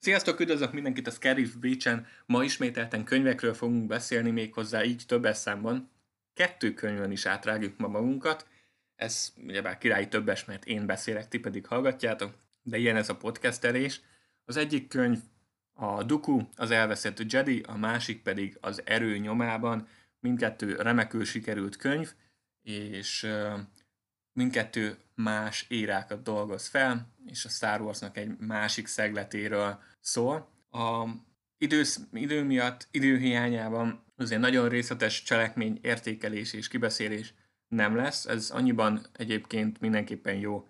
Sziasztok, üdvözlök mindenkit a Scarif Beach-en. Ma ismételten könyvekről fogunk beszélni, méghozzá így többes számban. 2 könyvön is átrágjuk ma magunkat. Ez ugyebár királyi többes, mert én beszélek, ti pedig hallgatjátok, de ilyen ez a podcastelés. Az egyik könyv a Dooku, az elveszett Jedi, a másik pedig az Erő nyomában. Mindkettő remekül sikerült könyv, és mindkettő más érákat dolgoz fel, és a Star Warsnak egy másik szegletéről szól. A idő miatt, időhiányában azért nagyon részletes cselekmény, értékelés és kibeszélés nem lesz. Ez annyiban egyébként mindenképpen jó,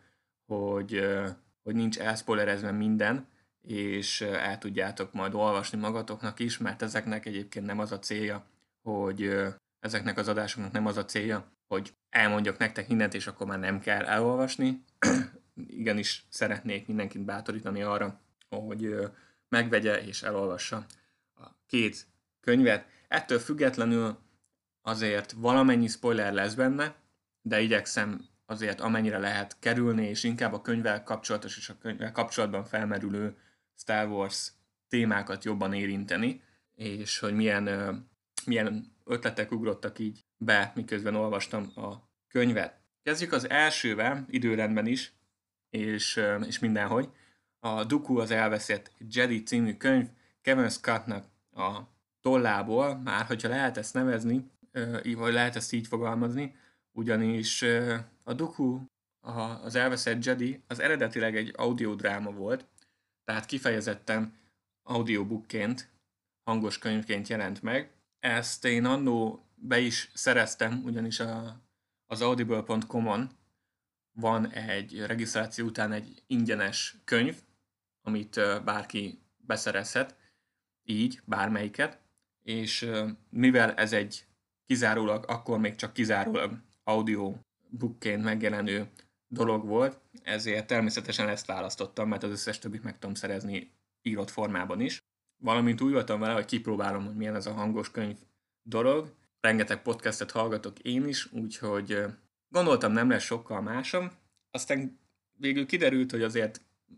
hogy nincs elszpoilerezve minden, és el tudjátok majd olvasni magatoknak is, mert ezeknek egyébként nem az a célja, hogy ezeknek az adásoknak nem az a célja, hogy elmondjak nektek mindent, és akkor már nem kell elolvasni. Igenis szeretnék mindenkit bátorítani arra, hogy megvegye és elolvassa a 2 könyvet. Ettől függetlenül azért valamennyi spoiler lesz benne, de igyekszem azért amennyire lehet kerülni, és inkább a könyvvel kapcsolatos és a könyvvel kapcsolatban felmerülő Star Wars témákat jobban érinteni, és hogy milyen ötletek ugrottak így be, miközben olvastam a könyvet. Kezdjük az elsővel, időrendben is, és mindenhogy. A Dooku, az elveszett Jedi című könyv Kevin Scottnak a tollából, már hogyha lehet ezt nevezni, vagy lehet ezt így fogalmazni, ugyanis a Dooku, az elveszett Jedi, az eredetileg egy audiodráma volt, tehát kifejezetten audiobookként, hangos könyvként jelent meg. Ezt én annó be is szereztem, ugyanis az audible.com-on van egy regisztráció után egy ingyenes könyv, amit bárki beszerezhet, így, bármelyiket, és mivel ez egy kizárólag, akkor még csak kizárólag audiobookként megjelenő dolog volt, ezért természetesen ezt választottam, mert az összes többit meg tudom szerezni írott formában is. Valamint úgy voltam vele, hogy kipróbálom, hogy milyen ez a hangos könyv dolog. Rengeteg podcastet hallgatok én is, úgyhogy gondoltam, nem lesz sokkal másom. Aztán végül kiderült, hogy azért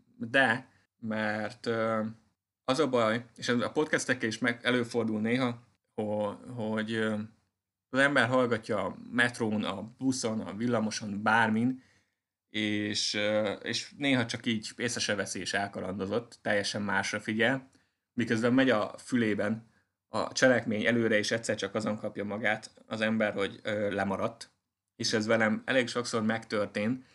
mert az a baj, és a podcastekkel is előfordul néha, hogy az ember hallgatja a metrón, a buszon, a villamoson, bármin, és néha csak így észre se veszi és elkalandozott, teljesen másra figyel, miközben megy a fülében a cselekmény előre, és egyszer csak azon kapja magát az ember, hogy lemaradt, és ez velem elég sokszor megtörtént.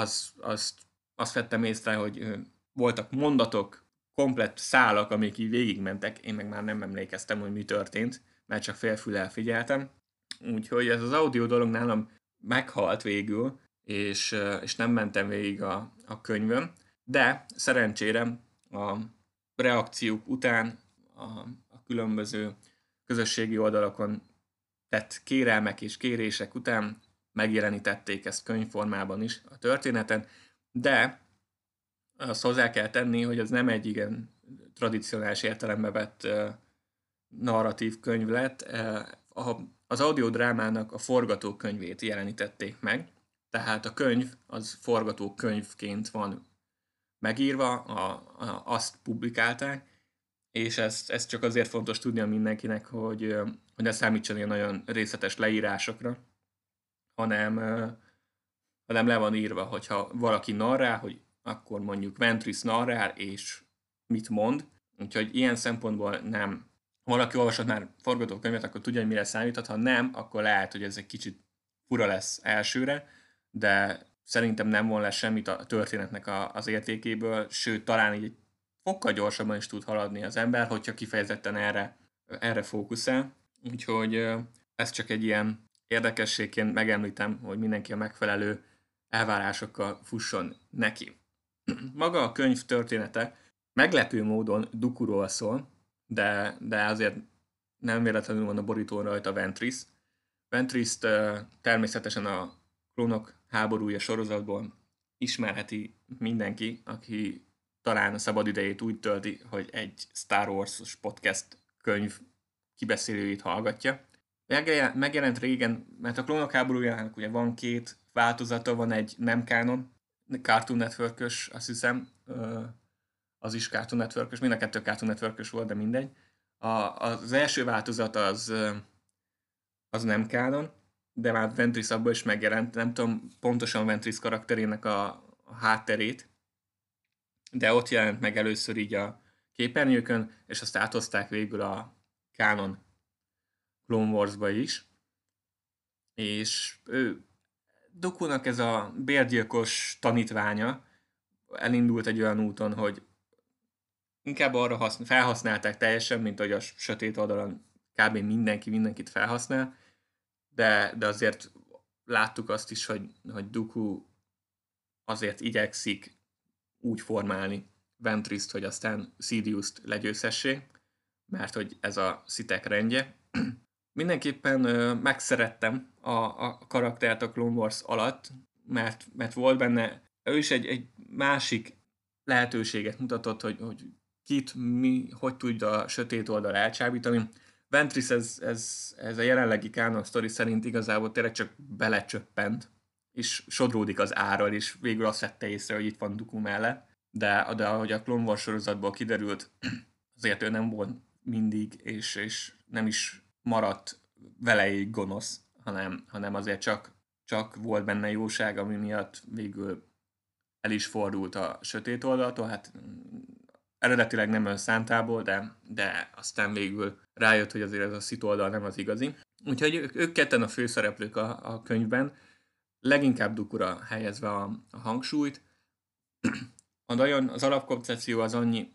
Azt vettem észre, hogy voltak mondatok, komplett szálak, amik így végigmentek, én meg már nem emlékeztem, hogy mi történt, mert csak félfüllel figyeltem. Úgyhogy ez az audio dolog nálam meghalt végül, és nem mentem végig a könyvön, de szerencsére a reakciók után a különböző közösségi oldalakon tett kérelmek és kérések után megjelenítették ezt könyvformában is a történeten, de azt hozzá kell tenni, hogy ez nem egy igen tradicionális értelembe vett narratív könyv lett. Az audiodrámának a forgatókönyvét jelenítették meg, tehát a könyv az forgatókönyvként van megírva, azt publikálták, és ez csak azért fontos tudnia mindenkinek, hogy ne számítson ilyen nagyon részletes leírásokra, hanem le van írva, hogyha valaki narrál, hogy akkor mondjuk Ventress narrál, és mit mond. Úgyhogy ilyen szempontból nem. Ha valaki olvasott már forgatókönyvet, akkor tudja, hogy mire számíthat, ha nem, akkor lehet, hogy ez egy kicsit fura lesz elsőre, de szerintem nem von le semmit a történetnek az értékéből, sőt, talán így fokkal gyorsabban is tud haladni az ember, hogyha kifejezetten erre fókuszál. Úgyhogy ez csak egy ilyen érdekességként megemlítem, hogy mindenki a megfelelő elvárásokkal fusson neki. Maga a könyv története meglepő módon Dookuról szól, de azért nem véletlenül van a borítón rajta Ventress. Ventress-t természetesen a Klónok háborúja sorozatból ismerheti mindenki, aki talán a szabadidejét úgy tölti, hogy egy Star Wars-os podcast könyv kibeszélőit hallgatja. Megjelent régen, mert a Klónok háborújának ugye van 2 változata, van egy nem canon, Cartoon Network-ös, azt hiszem, az is Cartoon Network-ös, mind a kettő Cartoon Network-ös volt, de mindegy. Az első változat az nem kánon, de már Ventress abban is megjelent, nem tudom pontosan Ventress karakterének a hátterét, de ott jelent meg először így a képernyőkön, és azt áthozták végül a Canon Clone Wars-ba is, és Dookunak ez a bérgyilkos tanítványa elindult egy olyan úton, hogy inkább arra felhasználták teljesen, mint hogy a sötét oldalon kb. Mindenkit felhasznál, de azért láttuk azt is, hogy Dooku azért igyekszik úgy formálni Ventress-t, hogy aztán Sidious-t legyőzhessé, mert hogy ez a szitek rendje. Mindenképpen megszerettem a karaktert a Clone Wars alatt, mert volt benne, ő is egy másik lehetőséget mutatott, hogy kit, hogy tudja a sötét oldal elcsábítani. Ventress ez a jelenlegi canon sztori szerint igazából tényleg csak belecsöppent, és sodródik az árral, és végül azt vette észre, hogy itt van Dooku mellett. De ahogy a Clone Wars sorozatból kiderült, azért ő nem volt mindig, és nem is maradt veleig gonosz, hanem azért csak volt benne jóság, ami miatt végül el is fordult a sötét oldaltól, hát eredetileg nem önszántából, de aztán végül rájött, hogy azért ez a Sith oldal nem az igazi. Úgyhogy ők ketten a főszereplők a könyvben, leginkább Dookura helyezve a hangsúlyt. Az alapkoncepció az annyi,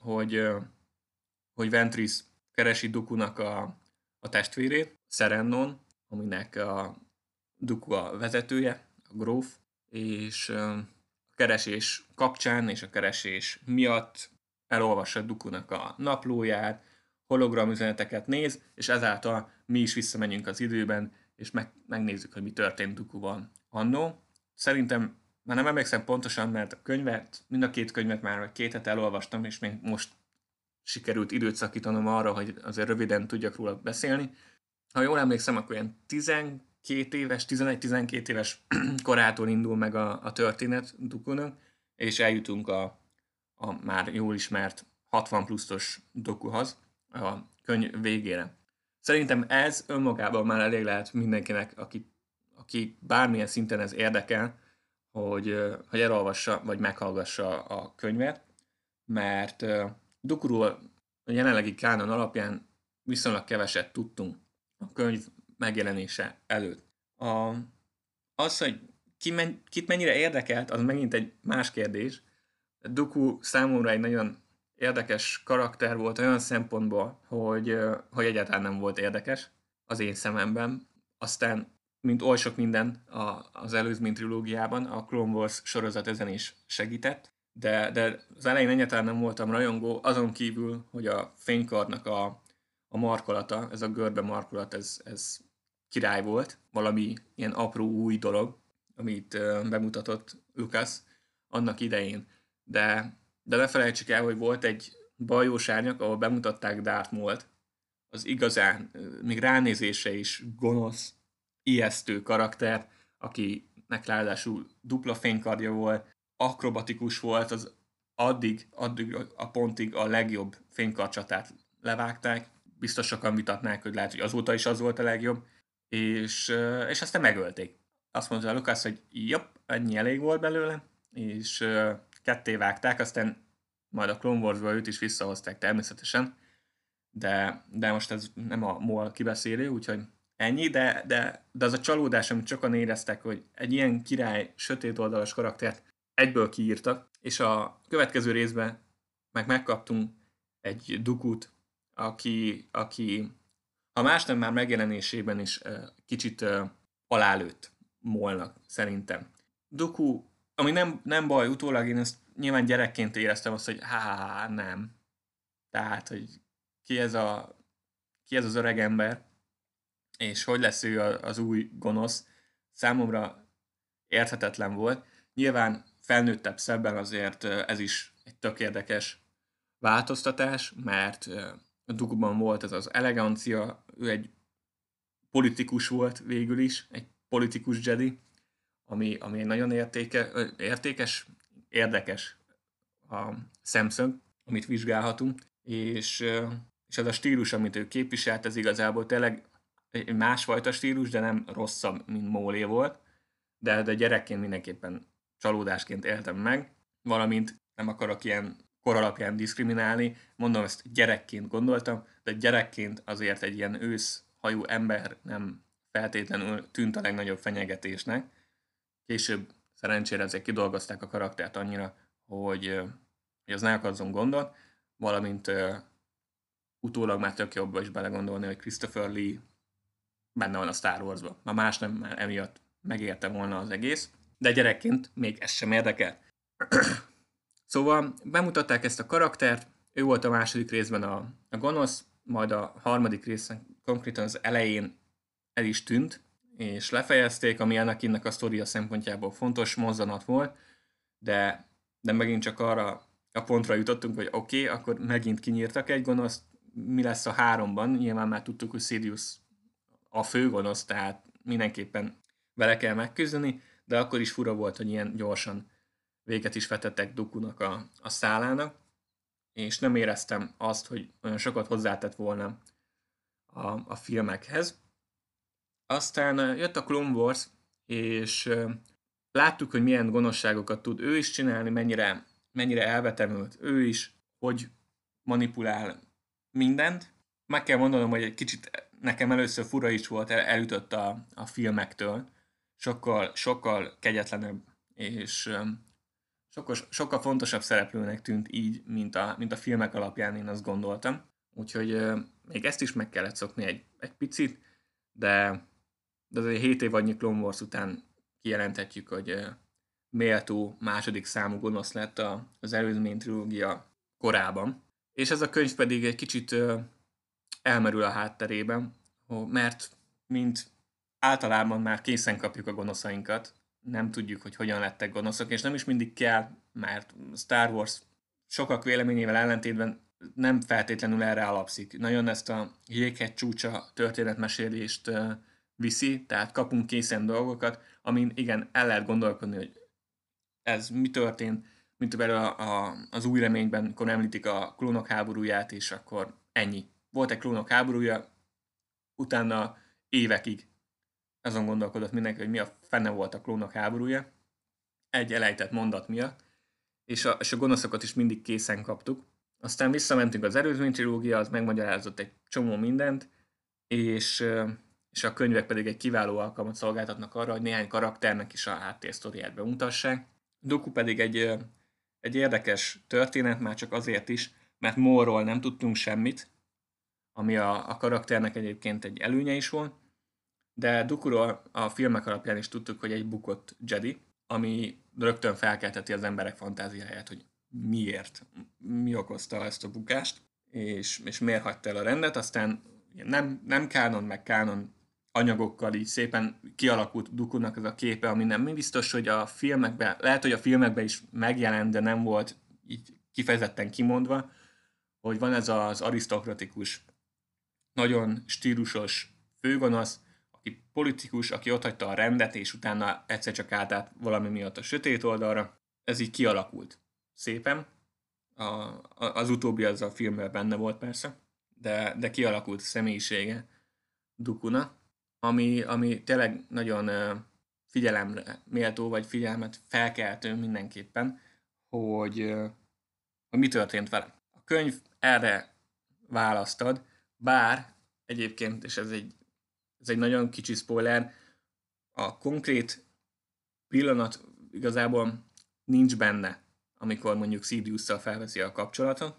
hogy Ventress keresi Dookunak a testvérét, Serennon, aminek a Dooku a vezetője, a gróf, és a keresés kapcsán és a keresés miatt elolvassa Dookunak a naplóját, hologram üzeneteket néz, és ezáltal mi is visszamegyünk az időben, és megnézzük, hogy mi történt Dookuval annó. Szerintem már nem emlékszem pontosan, mert a könyvet, mind a két könyvet már 2 hete elolvastam, és még most sikerült időt szakítanom arra, hogy azért röviden tudjak róla beszélni. Ha jól emlékszem, akkor ilyen 12 éves, 11-12 éves korától indul meg a történet Dookunak, és eljutunk a már jól ismert 60 pluszos Dookuhoz a könyv végére. Szerintem ez önmagában már elég lehet mindenkinek, aki bármilyen szinten ez érdekel, hogy elolvassa vagy meghallgassa a könyvet, mert Dookuról a jelenlegi kánon alapján viszonylag keveset tudtunk a könyv megjelenése előtt. Az, hogy kit mennyire érdekelt, az megint egy más kérdés. Dooku számomra egy nagyon érdekes karakter volt olyan szempontból, hogy egyáltalán nem volt érdekes az én szememben. Aztán, mint oly sok minden az előzmény trilógiában, a Clone Wars sorozat ezen is segített, de az elején egyáltalán nem voltam rajongó, azon kívül, hogy a fénykarnak a markolata, ez a görbe markolat, ez király volt, valami ilyen apró új dolog, amit bemutatott Lucas annak idején. De ne felejtsük el, hogy volt egy bajós árnyak, ahol bemutatták Darth Mault, az igazán, még ránézése is gonosz, ijesztő karakter, akinek ráadásul dupla fénykardja volt, akrobatikus volt, az addig a pontig a legjobb fénykardcsatát levágták, biztos sokan vitatnák, hogy lehet, hogy azóta is az volt a legjobb, és aztán megölték. Azt mondta a Lucas, hogy jobb, ennyi elég volt belőle, és ketté vágták, aztán majd a Clone Wars-ba őt is visszahozták természetesen, de most ez nem a MOL kibeszélő, úgyhogy ennyi, de az a csalódás, amit sokan éreztek, hogy egy ilyen király, sötét oldalas karaktert egyből kiírtak, és a következő részben megkaptunk egy Dookut, aki ha más nem már megjelenésében is kicsit alálőtt Maulnak, szerintem. Dooku, ami nem baj, utólag én ezt nyilván gyerekként éreztem azt, hogy nem. Tehát, hogy ki ez az öreg ember, és hogy lesz ő az új gonosz, számomra érthetetlen volt. Nyilván felnőttebb szebben azért ez is egy tök érdekes változtatás, mert a Dookuban volt ez az elegancia, ő egy politikus volt végül is, egy politikus Jedi, ami egy nagyon érdekes a szemszög. amit vizsgálhatunk, és az a stílus, amit ő képviselt, ez igazából tényleg egy másfajta stílus, de nem rosszabb, mint Mólé volt, de gyerekként mindenképpen csalódásként éltem meg, valamint nem akarok ilyen kor alapján diszkriminálni, mondom, ezt gyerekként gondoltam, de gyerekként azért egy ilyen őszhajú ember nem feltétlenül tűnt a legnagyobb fenyegetésnek. Később szerencsére ezek kidolgozták a karaktert annyira, hogy az ne okozzon gondot, valamint utólag már tök jobb is belegondolni, hogy Christopher Lee benne van a Star Wars-ban. Már más nem, már emiatt megérte volna az egész, de gyerekként még ez sem érdekel. Szóval bemutatták ezt a karaktert, ő volt a második részben a gonosz, majd a harmadik részen konkrétan az elején el is tűnt, és lefejezték, ami Anakinnek a sztoria szempontjából fontos mozzanat volt, de megint csak arra a pontra jutottunk, hogy oké, akkor megint kinyírtak egy gonoszt, mi lesz a 3-ban, nyilván már tudtuk, hogy Sidious a főgonosz, tehát mindenképpen vele kell megküzdeni, de akkor is fura volt, hogy ilyen gyorsan véget is vetettek Dookunak a szálának, és nem éreztem azt, hogy olyan sokat hozzátett volna a filmekhez. Aztán jött a Clone Wars, és láttuk, hogy milyen gonoszságokat tud ő is csinálni, mennyire elvetemült ő is, hogy manipulál mindent. Meg kell mondanom, hogy egy kicsit nekem először fura is volt, elütött a filmektől. Sokkal kegyetlenebb, és sokkal fontosabb szereplőnek tűnt így, mint a filmek alapján én azt gondoltam. Úgyhogy még ezt is meg kellett szokni egy picit, de azért 7 év annyi Clone Wars után kijelenthetjük, hogy méltó második számú gonosz lett az előzmény trilógia korában. És ez a könyv pedig egy kicsit elmerül a hátterében, mert mint általában már készen kapjuk a gonoszainkat, nem tudjuk, hogy hogyan lettek gonoszok, és nem is mindig kell, mert Star Wars sokak véleményével ellentétben nem feltétlenül erre alapszik. Nagyon ezt a jéghegy csúcsa történetmesélést viszi, tehát kapunk készen dolgokat, amin igen, el lehet gondolkodni, hogy ez mi történt, mint például az új reményben, amikor említik a klónok háborúját, és akkor ennyi. Volt egy klónok háborúja, utána évekig azon gondolkodott mindenki, hogy mi a fene volt a klónok háborúja, egy elejtett mondat miatt, és a gonoszokat is mindig készen kaptuk. Aztán visszamentünk az előzmény trilógia, az megmagyarázott egy csomó mindent, és a könyvek pedig egy kiváló alkalmat szolgáltatnak arra, hogy néhány karakternek is a háttérsztoriát bemutassák. Dooku pedig egy érdekes történet, már csak azért is, mert Maulról nem tudtunk semmit, ami a karakternek egyébként egy előnye is volt, de Dookuról a filmek alapján is tudtuk, hogy egy bukott Jedi, ami rögtön felkelteti az emberek fantáziáját, hogy miért, mi okozta ezt a bukást, és miért hagyta el a rendet, aztán nem kánon, meg kánon anyagokkal így szépen kialakult Dookunak ez a képe, ami nem biztos, hogy a filmekben, lehet, hogy a filmekben is megjelent, de nem volt így kifejezetten kimondva, hogy van ez az arisztokratikus, nagyon stílusos főgonosz, aki politikus, aki otthagyta a rendet, és utána egyszer csak átállt valami miatt a sötét oldalra. Ez így kialakult szépen. Az utóbbi az a filmben benne volt persze, de kialakult személyisége Dookuna, ami tényleg nagyon figyelemre méltó, vagy figyelmet felkeltő mindenképpen, hogy mi történt vele. A könyv erre választad, bár egyébként, és ez egy nagyon kicsi spoiler, a konkrét pillanat igazából nincs benne, amikor mondjuk Sidiousszal felveszi a kapcsolatot,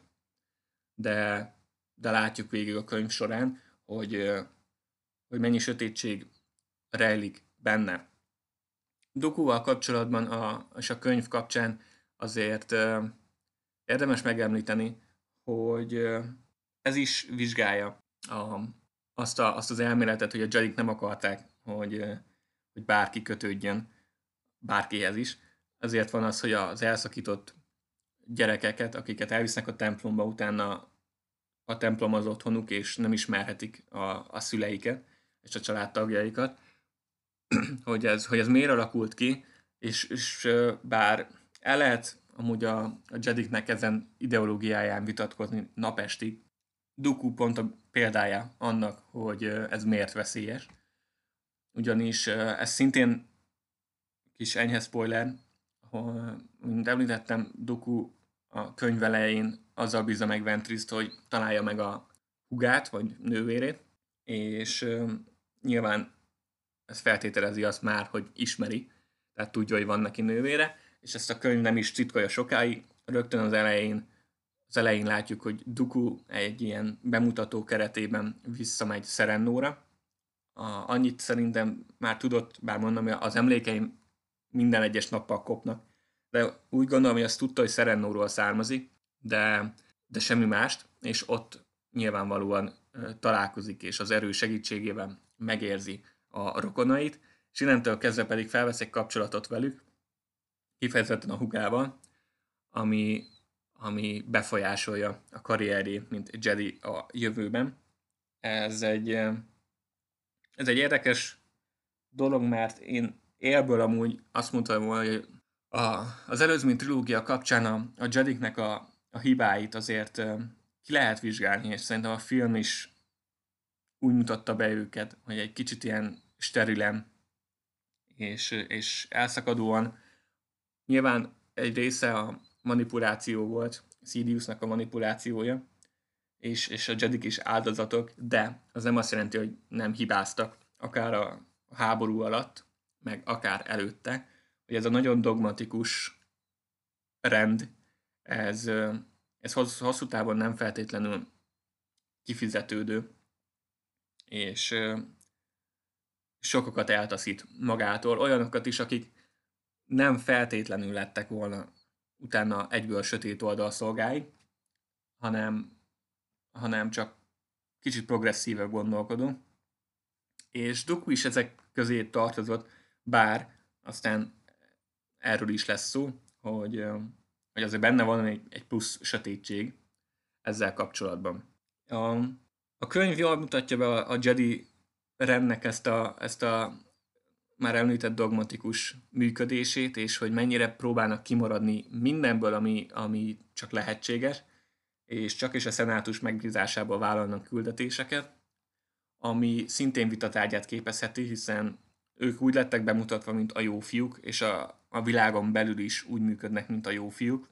de látjuk végig a könyv során, hogy mennyi sötétség rejlik benne. Dookuval kapcsolatban és a könyv kapcsán azért érdemes megemlíteni, hogy ez is vizsgálja azt az elméletet, hogy a Jedik nem akarták, hogy bárki kötődjön bárkihez is. Ezért van az, hogy az elszakított gyerekeket, akiket elvisznek a templomba, utána a templom az otthonuk, és nem ismerhetik a szüleiket és a családtagjaikat, hogy ez miért alakult ki, és bár el lehet amúgy a Jediknek ezen ideológiáján vitatkozni napestig. Dooku pont a példája annak, hogy ez miért veszélyes. Ugyanis ez szintén kis enyhe spoiler, mint említettem, Dooku a könyv elején azzal bízza meg Ventriszt, hogy találja meg a hugát, vagy nővérét, és nyilván ez feltételezi azt már, hogy ismeri, tehát tudja, hogy van neki nővére, és ezt a könyv nem is titkolja sokáig, rögtön az elején látjuk, hogy Dooku egy ilyen bemutató keretében visszamegy Serennóra. Annyit szerintem már tudott, bár mondom, hogy az emlékeim minden egyes nappal kopnak, de úgy gondolom, hogy azt tudta, hogy Serennóról származik, de semmi mást, és ott nyilvánvalóan találkozik, és az erő segítségével megérzi a rokonait, és innentől kezdve pedig felvesz egy kapcsolatot velük, kifejezetten a hugával, ami befolyásolja a karrierjét, mint Jedi a jövőben. Ez egy érdekes dolog, mert én élből amúgy azt mondtam volna, hogy az előzmény trilógia kapcsán a Jediknek a hibáit azért ki lehet vizsgálni, és szerintem a film is úgy mutatta be őket, hogy egy kicsit ilyen sterilen és elszakadóan. Nyilván egy része a manipuláció volt, Sidiousnak a manipulációja, és a Jedik is áldozatok, de az nem azt jelenti, hogy nem hibáztak, akár a háború alatt, meg akár előtte, hogy ez a nagyon dogmatikus rend, ez hosszú távon nem feltétlenül kifizetődő, és sokakat eltaszít magától, olyanokat is, akik nem feltétlenül lettek volna utána egyből sötét oldal szolgái, hanem csak kicsit progresszívebb gondolkodó. És Dooku is ezek közé tartozott, bár aztán erről is lesz szó, hogy azért benne van egy plusz sötétség ezzel kapcsolatban. A könyv jól mutatja be a Jedi rendnek ezt a már említett dogmatikus működését, és hogy mennyire próbálnak kimaradni mindenből, ami csak lehetséges, és csak is a szenátus megbízásából vállalnak küldetéseket, ami szintén vitatárgyát képezheti, hiszen ők úgy lettek bemutatva, mint a jó fiúk, és a világon belül is úgy működnek, mint a jó fiúk,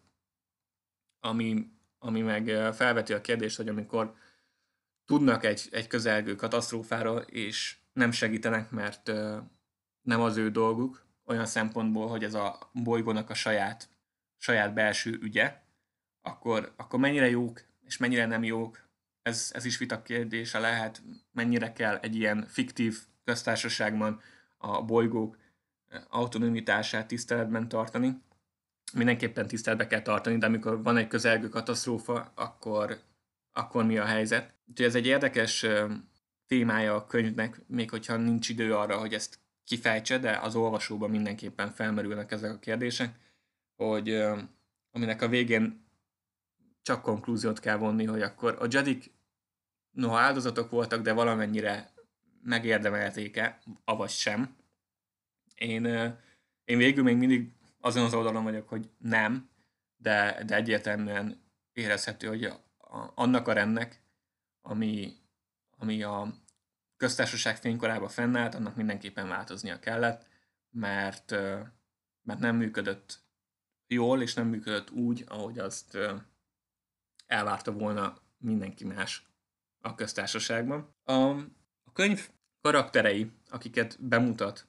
ami meg felveti a kérdést, hogy amikor tudnak egy közelgő katasztrófáról, és nem segítenek, mert nem az ő dolguk, olyan szempontból, hogy ez a bolygónak a saját belső ügye, akkor mennyire jók, és mennyire nem jók, ez is vita kérdése lehet, mennyire kell egy ilyen fiktív köztársaságban a bolygók autonomitását tiszteletben tartani. Mindenképpen tiszteletbe kell tartani, de amikor van egy közelgő katasztrófa, akkor mi a helyzet? Úgyhogy ez egy érdekes témája a könyvnek, még hogyha nincs idő arra, hogy ezt kifejtse, de az olvasóban mindenképpen felmerülnek ezek a kérdések, hogy aminek a végén csak konklúziót kell vonni, hogy akkor a Jedik noha áldozatok voltak, de valamennyire megérdemelték-e, avagy sem. Én végül még mindig azon az oldalon vagyok, hogy nem, de egyértelműen érezhető, hogy annak a rendnek, ami a köztársaság fénykorában fennállt, annak mindenképpen változnia kellett, mert nem működött jól, és nem működött úgy, ahogy azt elvárta volna mindenki más a köztársaságban. A könyv karakterei, akiket bemutat,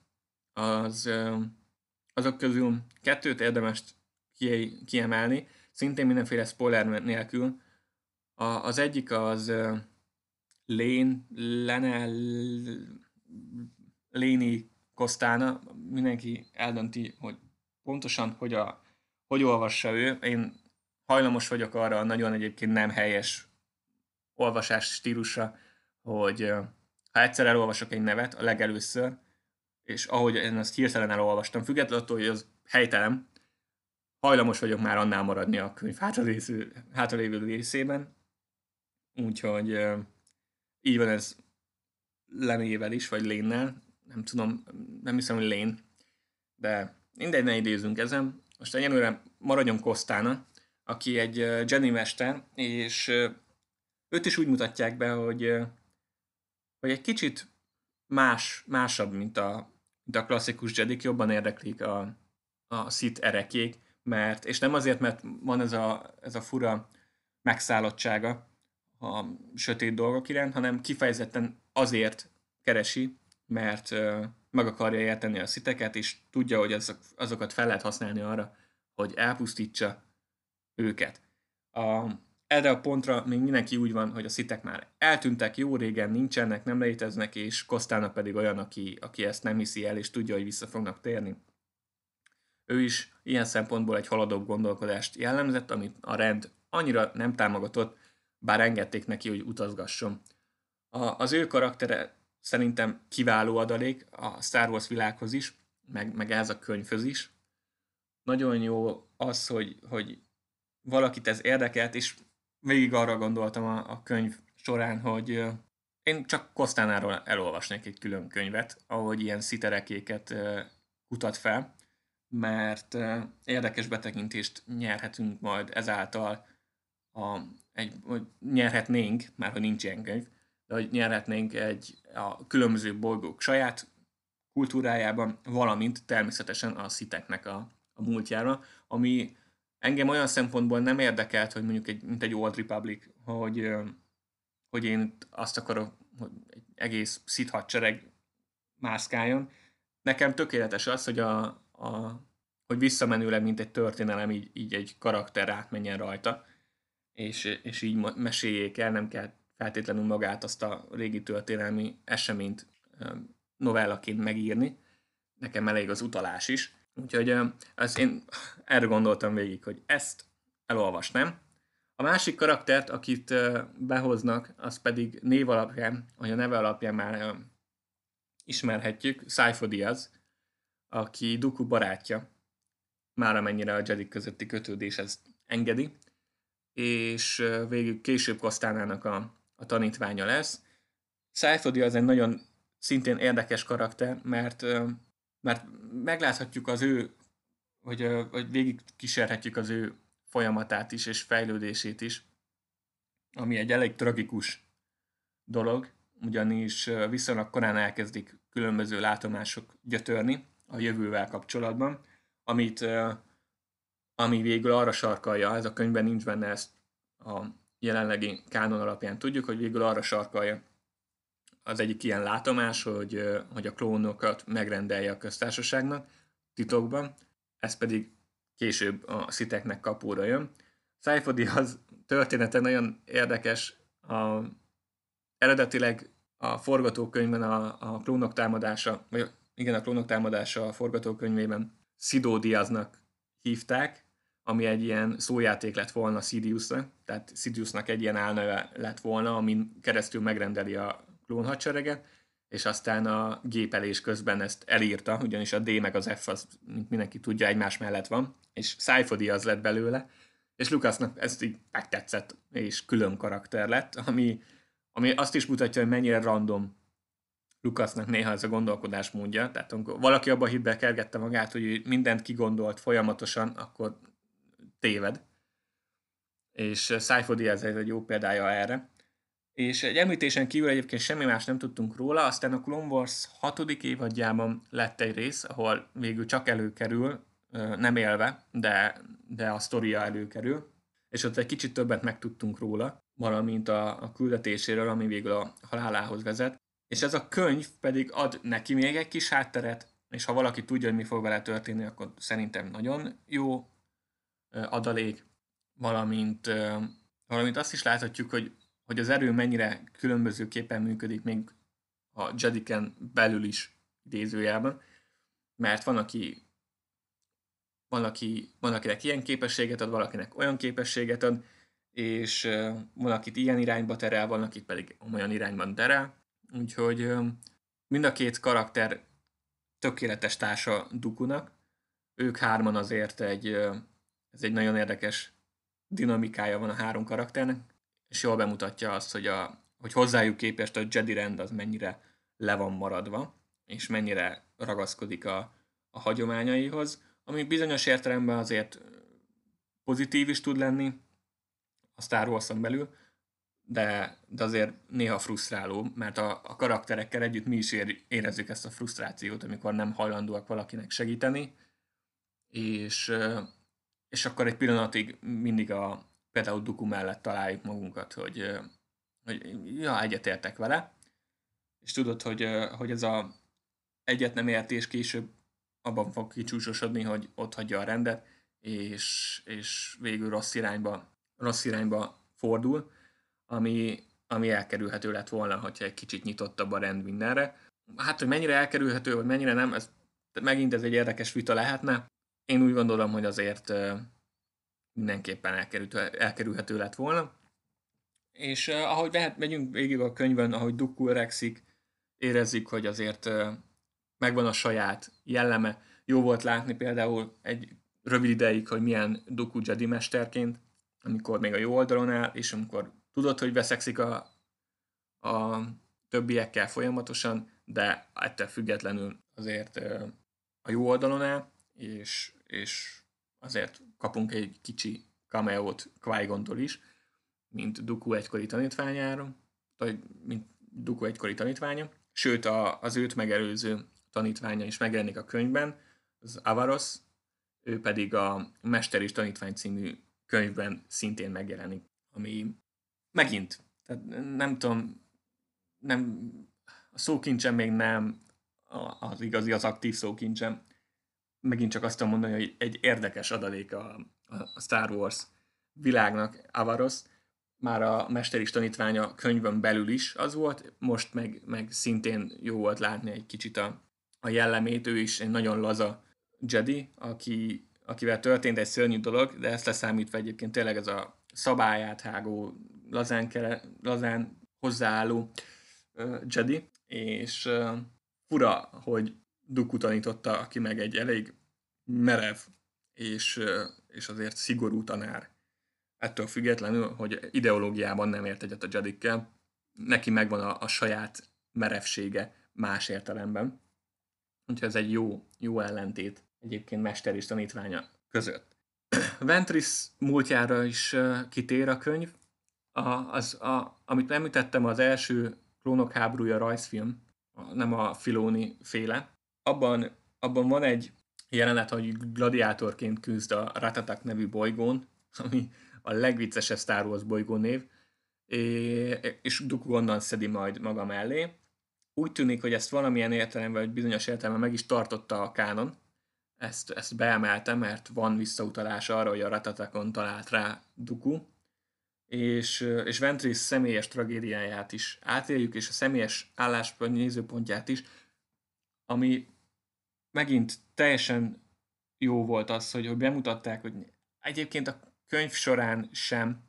azok közül kettőt érdemes kiemelni, szintén mindenféle spoiler nélkül. Az egyik az Léni Cosztána, mindenki eldönti, hogy pontosan hogy olvassa ő. Én hajlamos vagyok arra nagyon egyébként nem helyes olvasás stílusra, hogy ha egyszer elolvasok egy nevet a legelőször, és ahogy én azt hirtelen elolvastam, függetlenül attól, hogy az helytelen, hajlamos vagyok már annál maradni a könyv hátralévő részében. Úgyhogy így van ez Lenével is, vagy Lénnel. Nem tudom, nem hiszem, hogy Lén. De mindegy, ne idézünk ezen. most egyenlőre maradjon Costana, aki egy Jedi mester, és őt is úgy mutatják be, hogy egy kicsit másabb, mint a klasszikus Jedik, jobban érdeklik a Sith erekék, és nem azért, mert van ez a fura megszállottsága a sötét dolgok iránt, hanem kifejezetten azért keresi, mert meg akarja érteni a sziteket, és tudja, hogy azokat fel lehet használni arra, hogy elpusztítsa őket. Erre a pontra még mindenki úgy van, hogy a szitek már eltűntek, jó régen nincsenek, nem léteznek, és Costana pedig olyan, aki ezt nem hiszi el, és tudja, hogy vissza fognak térni. Ő is ilyen szempontból egy haladóbb gondolkodást jellemzett, amit a rend annyira nem támogatott, bár engedték neki, hogy utazgasson. Az ő karaktere szerintem kiváló adalék a Star Wars világhoz is, meg ez a könyvhöz is. Nagyon jó az, hogy valakit ez érdekelt, és végig arra gondoltam a könyv során, hogy én csak Costanáról elolvasnék egy külön könyvet, ahogy ilyen sziterekéket kutat fel, mert érdekes betekintést nyerhetünk majd ezáltal, hogy nyerhetnénk, már hogy nincs ilyen könyv, de hogy nyerhetnénk a különböző bolygók saját kultúrájában, valamint természetesen a sziteknek a múltjára, ami engem olyan szempontból nem érdekelt, hogy mondjuk mint egy Old Republic, hogy én azt akarom, hogy egy egész Sith hadsereg mászkáljon. Nekem tökéletes az, hogy visszamenőleg, mint egy történelem, így egy karakter átmenjen rajta, és így meséljék el, nem kell feltétlenül magát azt a régi történelmi eseményt novellaként megírni. Nekem elég az utalás is. Úgyhogy én erre gondoltam végig, hogy ezt elolvasnám. A másik karaktert, akit behoznak, az pedig név alapján, vagy a neve alapján már ismerhetjük, Sifo Dyas, aki Dooku barátja, már amennyire a Jedik közötti kötődés ezt engedi, és végül később Costanának a tanítványa lesz. Sifo Dyas egy nagyon szintén érdekes karakter, mert megláthatjuk az ő, hogy végig kísérhetjük az ő folyamatát is, és fejlődését is, ami egy elég tragikus dolog, ugyanis viszonylag korán elkezdik különböző látomások gyötörni a jövővel kapcsolatban, ami végül arra sarkalja, ez a könyvben nincs benne, ezt a jelenlegi kánon alapján tudjuk, hogy végül arra sarkalja az egyik ilyen látomás, hogy a klónokat megrendelje a köztársaságnak titokban, ez pedig később a sziteknek kapóra jön. Sifo Dyas története nagyon érdekes. Eredetileg a forgatókönyvben a klónok támadása, vagy igen, a klónok támadása a forgatókönyvében Sido Dyasnak hívták, ami egy ilyen szójáték lett volna Sidiousnak, tehát Sidiousnak egy ilyen álneve lett volna, amin keresztül megrendeli a klónhadsereget, és aztán a gépelés közben ezt elírta, ugyanis a D meg az F az, mint mindenki tudja, egymás mellett van, és Sifo Dyas lett belőle, és Lucasnak ez így megtetszett, és külön karakter lett, ami azt is mutatja, hogy mennyire random Lucasnak néha ez a gondolkodásmódja, tehát amikor valaki abba a hitbe kergette magát, hogy mindent kigondolt folyamatosan, akkor téved. És Sifo Dyas egy jó példája erre. És egy említésen kívül egyébként semmi más nem tudtunk róla, aztán a Clone Wars 6. évadjában lett egy rész, ahol végül csak előkerül, nem élve, de a sztoria előkerül, és ott egy kicsit többet megtudtunk róla, valamint a küldetéséről, ami végül a halálához vezet. És ez a könyv pedig ad neki még egy kis hátteret, és ha valaki tudja, hogy mi fog vele történni, akkor szerintem nagyon jó adalék, valamint azt is láthatjuk, hogy az erő mennyire különbözőképpen működik még a Jediken belül is idézőjelben, mert van akinek ilyen képességet ad, valakinek olyan képességet ad, és van, akit ilyen irányba terel, van, akit pedig olyan irányban terel. Úgyhogy mind a két karakter tökéletes társa Dookunak. Ők hárman azért ez egy nagyon érdekes dinamikája van a három karakternek, és jól bemutatja azt, hogy hozzájuk képest a Jedi rend az mennyire le van maradva, és mennyire ragaszkodik a hagyományaihoz, ami bizonyos értelemben azért pozitív is tud lenni a Star Wars-on belül, de azért néha frusztráló, mert a karakterekkel együtt mi is érezzük ezt a frusztrációt, amikor nem hajlandóak valakinek segíteni, és, és akkor egy pillanatig mindig például Dooku mellett találjuk magunkat, hogy ja, egyetértek vele, és tudod, hogy ez a egyet nem értés később abban fog kicsúcsosodni, hogy ott hagyja a rendet, és végül rossz irányba fordul, ami elkerülhető lett volna, hogyha egy kicsit nyitottabb a rend mindenre. Hát, hogy mennyire elkerülhető, vagy mennyire nem, megint ez egy érdekes vita lehetne. Én úgy gondolom, hogy azért mindenképpen elkerülhető lett volna. És ahogy megyünk végig a könyvön, ahogy Dooku öregszik, érezzük, hogy azért megvan a saját jelleme. Jó volt látni például egy rövid ideig, hogy milyen Dooku Jedi mesterként, amikor még a jó oldalon áll, és amikor tudod, hogy veszekszik a többiekkel folyamatosan, de ettől függetlenül azért a jó oldalon áll, és azért kapunk egy kicsi cameót Qui-Gontól is, mint Dooku egykori tanítványára, vagy mint Dooku egykori tanítványa. Sőt, az őt megelőző tanítványa is megjelenik a könyvben, az Avaros, ő pedig a Mester és Tanítvány című könyvben szintén megjelenik, ami megint, tehát nem tudom, nem, a szókincsem még nem az igazi, az aktív szókincsem. Megint csak azt tudom mondani, hogy egy érdekes adalék a Star Wars világnak Avaros, már a Mester és Tanítványa könyvön belül is az volt, most meg szintén jó volt látni egy kicsit a jellemét, ő is egy nagyon laza Jedi, akivel történt egy szörnyű dolog, de ezt leszámítva egyébként tényleg ez a szabályát hágó, lazán hozzáálló Jedi, és fura, hogy Dooku tanította, aki meg egy elég merev és azért szigorú tanár. Ettől függetlenül, hogy ideológiában nem ért egyet a Jedikkel, neki megvan a saját merevsége más értelemben. Úgyhogy ez egy jó ellentét egyébként mester és tanítványa között. Ventress múltjára is kitér a könyv. Amit említettem, az első Klónok háborúja rajzfilm, nem a Filoni féle. Abban van egy jelenet, hogy gladiátorként küzd a Ratatak nevű bolygón, ami a legviccesebb Star Wars bolygó név, és Dooku onnan szedi majd maga mellé. Úgy tűnik, hogy ezt valamilyen értelemben, vagy bizonyos értelemben meg is tartotta a kánon. Ezt beemelte, mert van visszautalás arra, hogy a Ratatakon talált rá Dooku, és Ventress személyes tragédiáját is átéljük, és a személyes álláspont nézőpontját is, ami megint teljesen jó volt az, hogy bemutatták, hogy egyébként a könyv során sem,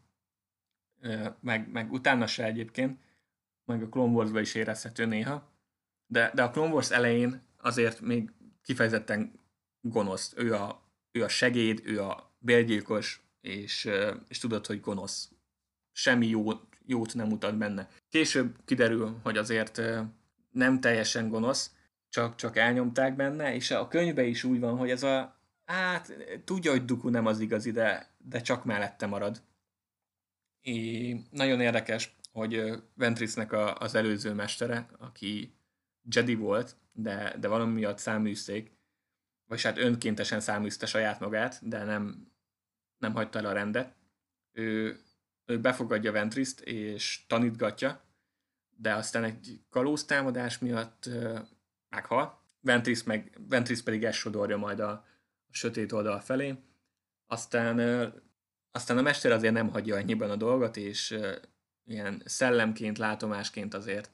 meg utána se egyébként, meg a Clone Wars-ban is érezhető néha, de a Clone Wars elején azért még kifejezetten gonosz. Ő a segéd, ő a bérgyilkos, és tudod, hogy gonosz. Semmi jót nem mutat benne. Később kiderül, hogy azért nem teljesen gonosz, csak elnyomták benne, és a könyvben is úgy van, hogy ez tudja, hogy Dooku nem az igazi, de csak mellette marad. Nagyon érdekes, hogy Ventressnek az előző mestere, aki Jedi volt, de valami miatt száműzték, vagy hát önkéntesen száműzte saját magát, de nem hagyta el a rendet. Ő befogadja Ventrist és tanítgatja, de aztán egy kalóztámadás miatt meghal. Ventress pedig ezt sodorja majd a sötét oldal felé. Aztán a mester azért nem hagyja ennyiben a dolgot, és ilyen szellemként, látomásként azért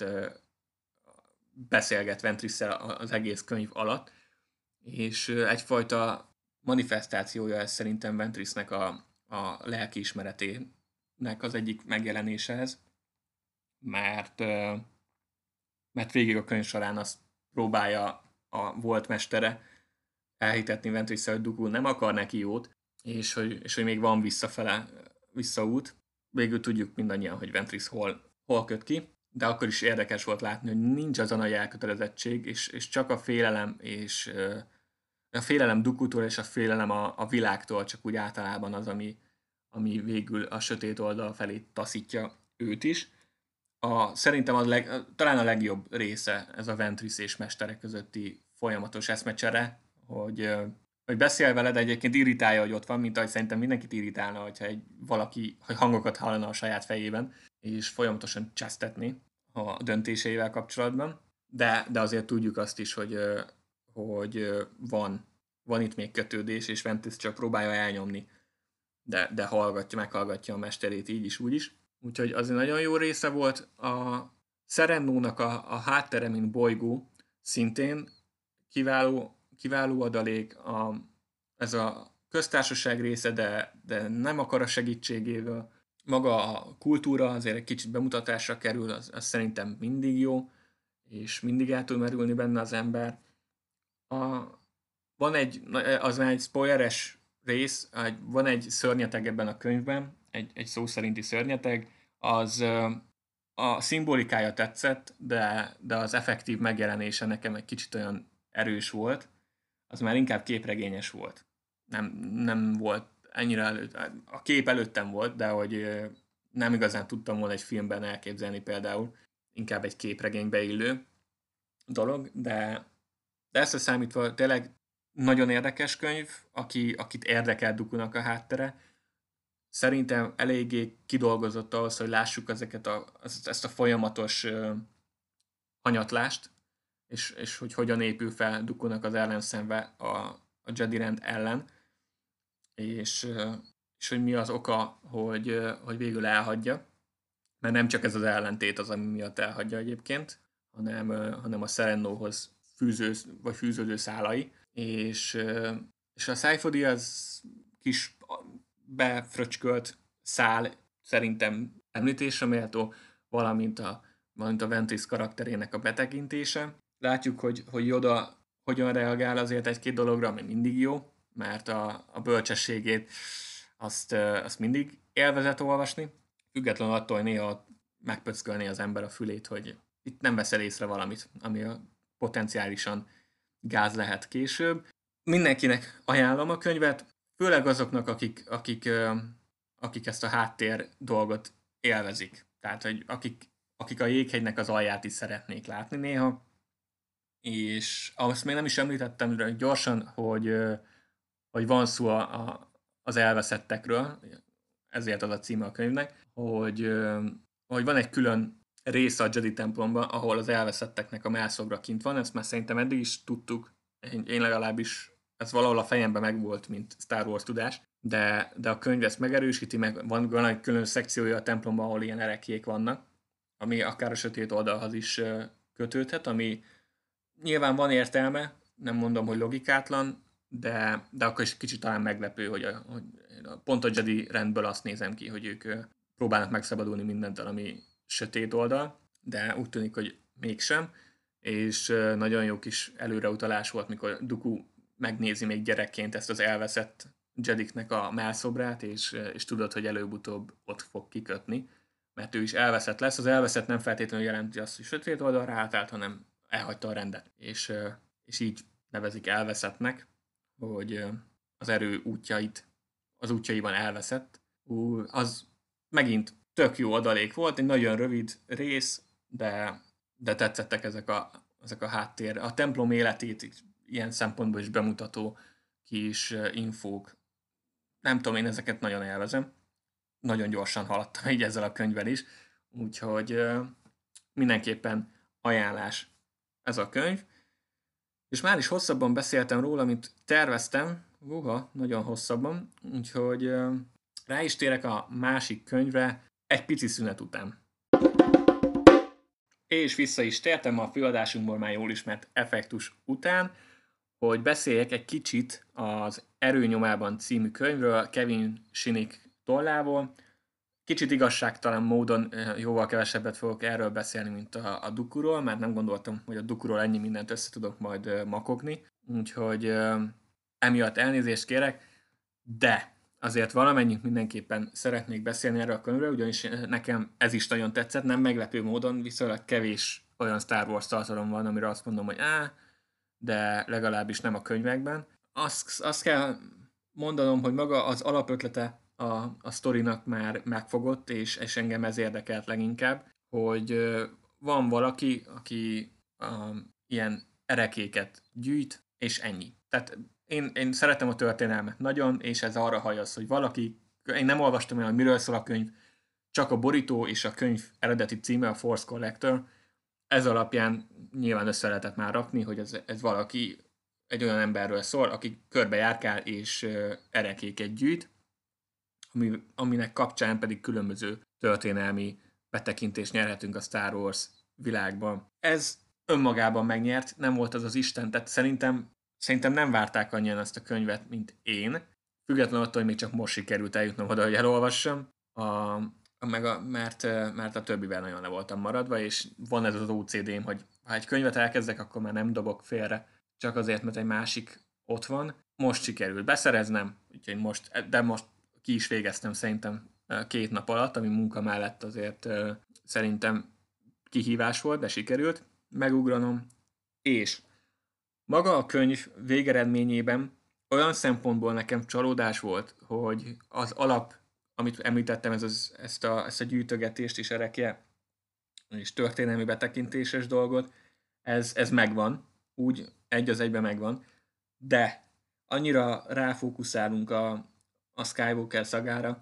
beszélget Ventrisszel az egész könyv alatt, és egyfajta manifestációja ez szerintem Ventrissnek a lelkiismeretének az egyik megjelenése ez, mert végig a könyv során azt próbálja a volt mestere elhitetni Ventrisszel, hogy Dooku nem akar neki jót, és hogy még van visszaút. Végül tudjuk mindannyian, hogy Ventress hol köt ki, de akkor is érdekes volt látni, hogy nincs az a nagy elkötelezettség, és csak a félelem, és a félelem Dooku-tól és a félelem a világtól, csak úgy általában az, ami végül a sötét oldal felé taszítja őt is. Szerintem talán a legjobb része ez a Ventress és mestere közötti folyamatos eszmecsere, hogy beszél veled, egyébként irritálja, hogy ott van, mint ahogy szerintem mindenkit irritálna, hogyha valaki hogy hangokat hallana a saját fejében, és folyamatosan csesztetni a döntéseivel kapcsolatban. De azért tudjuk azt is, hogy van itt még kötődés, és Ventress csak próbálja elnyomni, de meghallgatja a mesterét így is, úgy is. Úgyhogy az egy nagyon jó része volt. A Serennónak a háttere, mint bolygó, szintén kiváló adalék. Ez a köztársaság része, de nem akar a segítségével. Maga a kultúra azért egy kicsit bemutatásra kerül, az szerintem mindig jó, és mindig el tud merülni benne az ember. Az már egy spoileres rész, van egy szörnyeteg ebben a könyvben, egy szó szerinti szörnyeteg, az a szimbolikája tetszett, de az effektív megjelenése nekem egy kicsit olyan erős volt, az már inkább képregényes volt. Nem volt ennyire a kép előttem volt, de hogy nem igazán tudtam volna egy filmben elképzelni például, inkább egy képregénybe illő dolog, de ezt számítva tényleg nagyon érdekes könyv, akit érdekel Dookunak a háttere. Szerintem eléggé kidolgozott ahhoz, hogy lássuk ezt a folyamatos hanyatlást, és hogy hogyan épül fel Dookunak az ellenszenve a Jedi rend ellen, és hogy mi az oka, hogy végül elhagyja. Mert nem csak ez az ellentét az, ami miatt elhagyja egyébként, hanem a Serennóhoz fűződő szálai. És a Szájfodi az kis befröcskölt szál szerintem említésre méltó, valamint a Ventress karakterének a betekintése. Látjuk, hogy Yoda hogyan reagál azért egy-két dologra, ami mindig jó, mert a bölcsességét azt mindig élvezett olvasni, függetlenül attól, hogy néha megpöckölné az ember a fülét, hogy itt nem veszel észre valamit, ami potenciálisan gáz lehet később. Mindenkinek ajánlom a könyvet, főleg azoknak, akik ezt a háttér dolgot élvezik. Tehát, hogy akik a jéghegynek az alját is szeretnék látni néha. És azt még nem is említettem gyorsan, hogy van szó az elveszettekről, ezért az a címe a könyvnek, hogy van egy külön része a Jedi templomban, ahol az elveszetteknek a melszobra kint van, ezt már szerintem eddig is tudtuk, én legalábbis ez valahol a fejemben megvolt, mint Star Wars tudás, de a könyv ezt megerősíti, meg van egy külön szekciója a templomban, ahol ilyen erekjék vannak, ami akár a sötét oldalhoz is kötődhet, ami nyilván van értelme, nem mondom, hogy logikátlan, de akkor is kicsit talán meglepő, hogy pont a Jedi rendből azt nézem ki, hogy ők próbálnak megszabadulni mindentől, ami sötét oldal, de úgy tűnik, hogy mégsem, és nagyon jó kis előreutalás volt, mikor Dooku megnézi még gyerekként ezt az elveszett Jediknek a mellszobrát, és tudod, hogy előbb-utóbb ott fog kikötni, mert ő is elveszett lesz. Az elveszett nem feltétlenül jelenti azt, hogy sötét oldalra átállt, hanem elhagyta a rendet. És így nevezik elveszettnek, hogy az erő az útjaiban elveszett. Az megint tök jó adalék volt, egy nagyon rövid rész, de tetszettek ezek a háttér. A templom életét ilyen szempontból is bemutató kis infók. Nem tudom, én ezeket nagyon élvezem. Nagyon gyorsan haladtam így ezzel a könyvvel is, úgyhogy mindenképpen ajánlás ez a könyv. És már is hosszabban beszéltem róla, mint terveztem, nagyon hosszabban, úgyhogy rá is térek a másik könyvre egy pici szünet után. És vissza is tértem a főadásunkból már jól ismert effektus után, hogy beszéljek egy kicsit az Erőnyomában című könyvről, Kevin Shinick tollából. Kicsit igazságtalan módon jóval kevesebbet fogok erről beszélni, mint a Dookuról, mert nem gondoltam, hogy a Dookuról ennyi mindent össze tudok majd makogni, úgyhogy emiatt elnézést kérek, de azért valamennyit mindenképpen szeretnék beszélni erről a könyvről, ugyanis nekem ez is nagyon tetszett, nem meglepő módon, viszonylag kevés olyan Star Wars tartalom van, amire azt mondom, hogy de legalábbis nem a könyvekben. azt kell mondanom, hogy maga az alapötlete a sztorinak már megfogott, és engem ez érdekelt leginkább, hogy van valaki, aki ilyen erekéket gyűjt, és ennyi. Tehát én szeretem a történelmet nagyon, és ez arra hajaz, hogy valaki, én nem olvastam el, hogy miről szól a könyv, csak a borító és a könyv eredeti címe, a Force Collector, ez alapján nyilván össze lehetett már rakni, hogy ez valaki egy olyan emberről szól, aki körbe járkál és erekéket gyűjt, aminek kapcsán pedig különböző történelmi betekintést nyerhetünk a Star Wars világban. Ez önmagában megnyert, nem volt az az Isten, tehát szerintem nem várták annyian azt a könyvet, mint én, függetlenül attól, hogy még csak most sikerült eljutnom oda, hogy elolvassam, mert a többivel nagyon le voltam maradva, és van ez az OCD-m, hogy ha egy könyvet elkezdek, akkor már nem dobok félre, csak azért, mert egy másik ott van. Most sikerült beszereznem, úgyhogy most ki is végeztem szerintem 2 nap alatt, ami munka mellett azért szerintem kihívás volt, de sikerült megugranom, és maga a könyv végeredményében olyan szempontból nekem csalódás volt, hogy az alap, amit említettem, ezt a gyűjtögetést és erekje és történelmi betekintéses dolgot, ez megvan, úgy egy az egyben megvan, de annyira ráfókuszálunk a Skywalker szagára,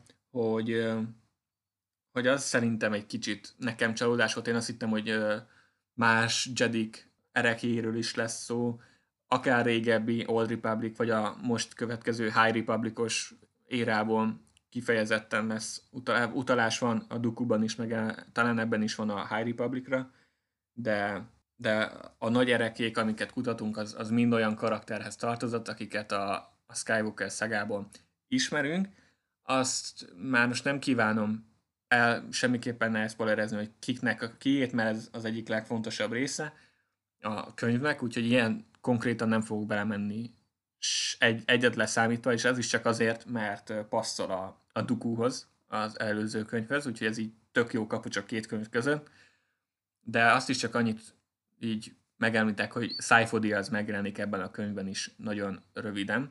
hogy az szerintem egy kicsit nekem csalódás volt. Én azt hittem, hogy más Jedik erekéről is lesz szó, akár régebbi Old Republic, vagy a most következő High Republicos érából kifejezetten lesz utalás van a Dookuban is, meg talán ebben is van a High Republicra, de a nagy erekék, amiket kutatunk, az mind olyan karakterhez tartozott, akiket a Skywalker szagából ismerünk. Azt már most nem kívánom semmiképpen ne spoilerezni, hogy kiét, mert ez az egyik legfontosabb része a könyvnek, úgyhogy ilyen konkrétan nem fogok belemenni egyet leszámítva, és ez is csak azért, mert passzol a Dookuhoz, az előző könyvhöz, úgyhogy ez így tök jó kapucs a 2 könyv között, de azt is csak annyit így megemlítek, hogy Sifo Dyas megjelenik ebben a könyvben is nagyon röviden,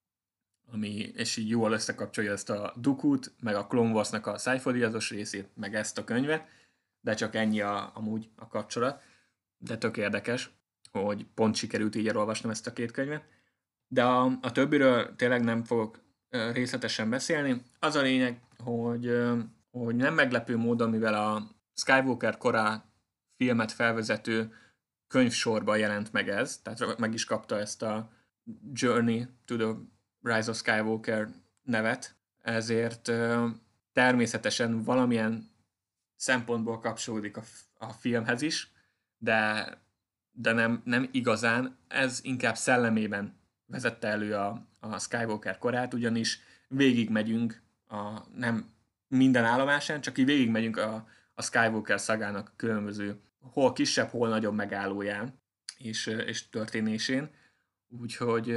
és így jól összekapcsolja ezt a Dooku-t, meg a Clone Wars-nak a Sifo Dyas-os részét, meg ezt a könyvet, de csak ennyi amúgy a kapcsolat. De tök érdekes, hogy pont sikerült így elolvasnom ezt a 2 könyvet. De a többiről tényleg nem fogok részletesen beszélni. Az a lényeg, hogy nem meglepő módon, mivel a Skywalker korá filmet felvezető könyvsorban jelent meg ez, tehát meg is kapta ezt a Journey to the Rise of Skywalker nevet, ezért természetesen valamilyen szempontból kapcsolódik a filmhez is, de nem igazán, ez inkább szellemében vezette elő a Skywalker korát, ugyanis végigmegyünk nem minden állomásán, csak így végigmegyünk a Skywalker szagának különböző hol kisebb, hol nagyobb megállóján és történésén. Úgyhogy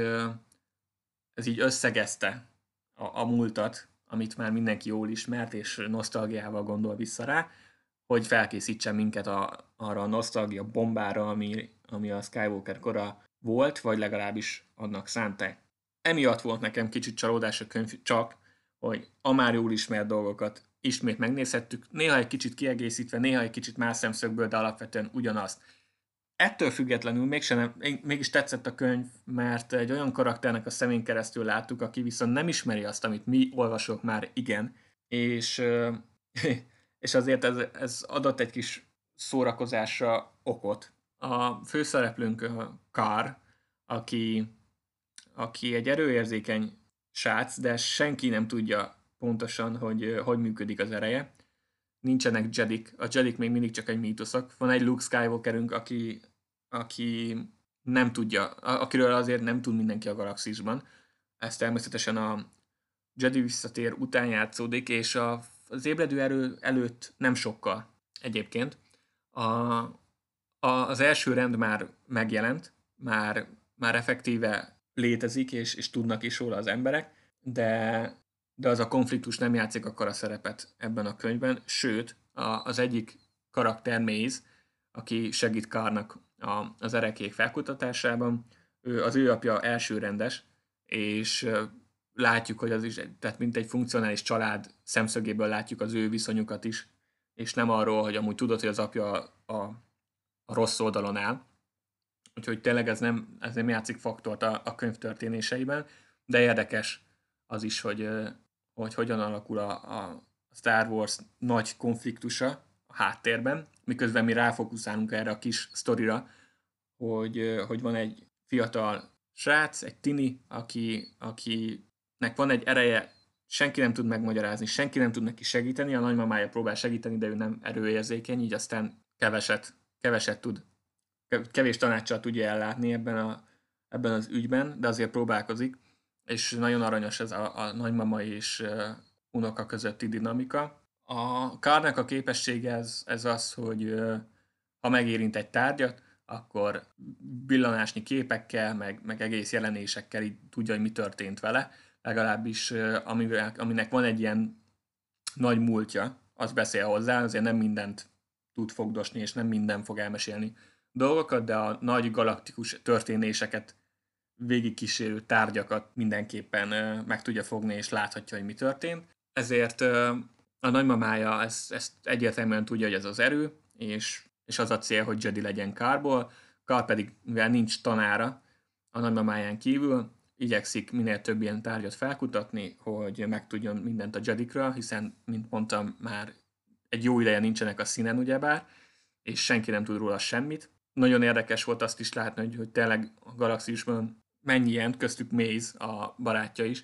ez így összegezte a múltat, amit már mindenki jól ismert, és nosztalgiával gondol vissza rá, hogy felkészítsen minket arra a nosztalgia bombára, ami a Skywalker kora volt, vagy legalábbis annak szánták. Emiatt volt nekem kicsit csalódás a könyv, csak, hogy a már jól ismert dolgokat ismét megnézhettük, néha egy kicsit kiegészítve, néha egy kicsit más szemszögből, de alapvetően ugyanazt. Ettől függetlenül mégis tetszett a könyv, mert egy olyan karakternek a szemén keresztül láttuk, aki viszont nem ismeri azt, amit mi olvasók már igen, és, és azért ez adott egy kis szórakozásra okot. A főszereplőnk Kár, aki egy erőérzékeny srác, de senki nem tudja pontosan, hogy működik az ereje. Nincsenek Jedik, a Jedik még mindig csak egy mítoszok. Van egy Luke Skywalkerünk, aki nem tudja, akiről azért nem tud mindenki a galaxisban. Ez természetesen a Jedi visszatér után játszódik, és az ébredő erő előtt nem sokkal egyébként. Az első rend már megjelent, már effektíve létezik, és tudnak is róla az emberek, de az a konfliktus nem játszik akkora szerepet ebben a könyvben, sőt, az egyik karakter Maze, aki segít Kárnak az erekék felkutatásában, az ő apja elsőrendes, és látjuk, hogy az is, tehát mint egy funkcionális család szemszögéből látjuk az ő viszonyukat is, és nem arról, hogy amúgy tudod, hogy az apja a rossz oldalon áll. Úgyhogy tényleg ez nem játszik faktort a könyv történéseiben, de érdekes az is, hogy hogyan alakul a Star Wars nagy konfliktusa a háttérben, miközben mi ráfókuszálunk erre a kis sztorira, hogy van egy fiatal srác, egy tini, akinek van egy ereje, senki nem tud megmagyarázni, senki nem tud neki segíteni, a nagymamája próbál segíteni, de ő nem erőérzékeny, így aztán keveset tud, kevés tanáccsal tudja ellátni ebben az ügyben, de azért próbálkozik, és nagyon aranyos ez a nagymama és unoka közötti dinamika. A Kárnak a képessége ez az, hogy ha megérint egy tárgyat, akkor villanásnyi képekkel, meg egész jelenésekkel így tudja, hogy mi történt vele. Legalábbis aminek van egy ilyen nagy múltja, az beszél hozzá, azért nem mindent tud fogdosni, és nem minden fog elmesélni dolgokat, de a nagy galaktikus történéseket végigkísérő tárgyakat mindenképpen meg tudja fogni, és láthatja, hogy mi történt. Ezért a nagymamája ezt egyértelműen tudja, hogy ez az erő, és az a cél, hogy Jedi legyen Kárból. Kár pedig, mivel nincs tanára a nagymamáján kívül, igyekszik minél több ilyen tárgyat felkutatni, hogy megtudjon mindent a Jedikről, hiszen, mint mondtam, már egy jó ideje nincsenek a színen ugyebár, és senki nem tud róla semmit. Nagyon érdekes volt azt is látni, hogy tényleg a galaxisban mennyi ilyen, köztük Maze, a barátja is,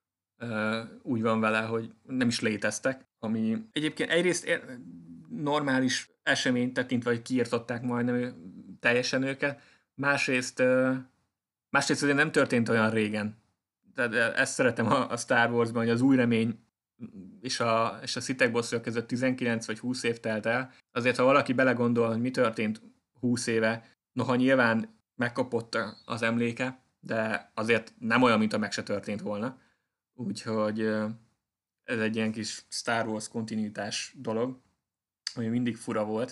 úgy van vele, hogy nem is léteztek, ami egyébként egyrészt normális eseményt tekintve, hogy kiirtották majdnem teljesen őket, másrészt azért nem történt olyan régen. Tehát ezt szeretem a Star Warsban, hogy az új remény és a szitek bosszúja között 19 vagy 20 év telt el. Azért, ha valaki belegondol, hogy mi történt 20 éve, noha nyilván megkapott az emléke, de azért nem olyan, mint ha meg se történt volna. Úgyhogy ez egy ilyen kis Star Wars kontinuitás dolog, ami mindig fura volt,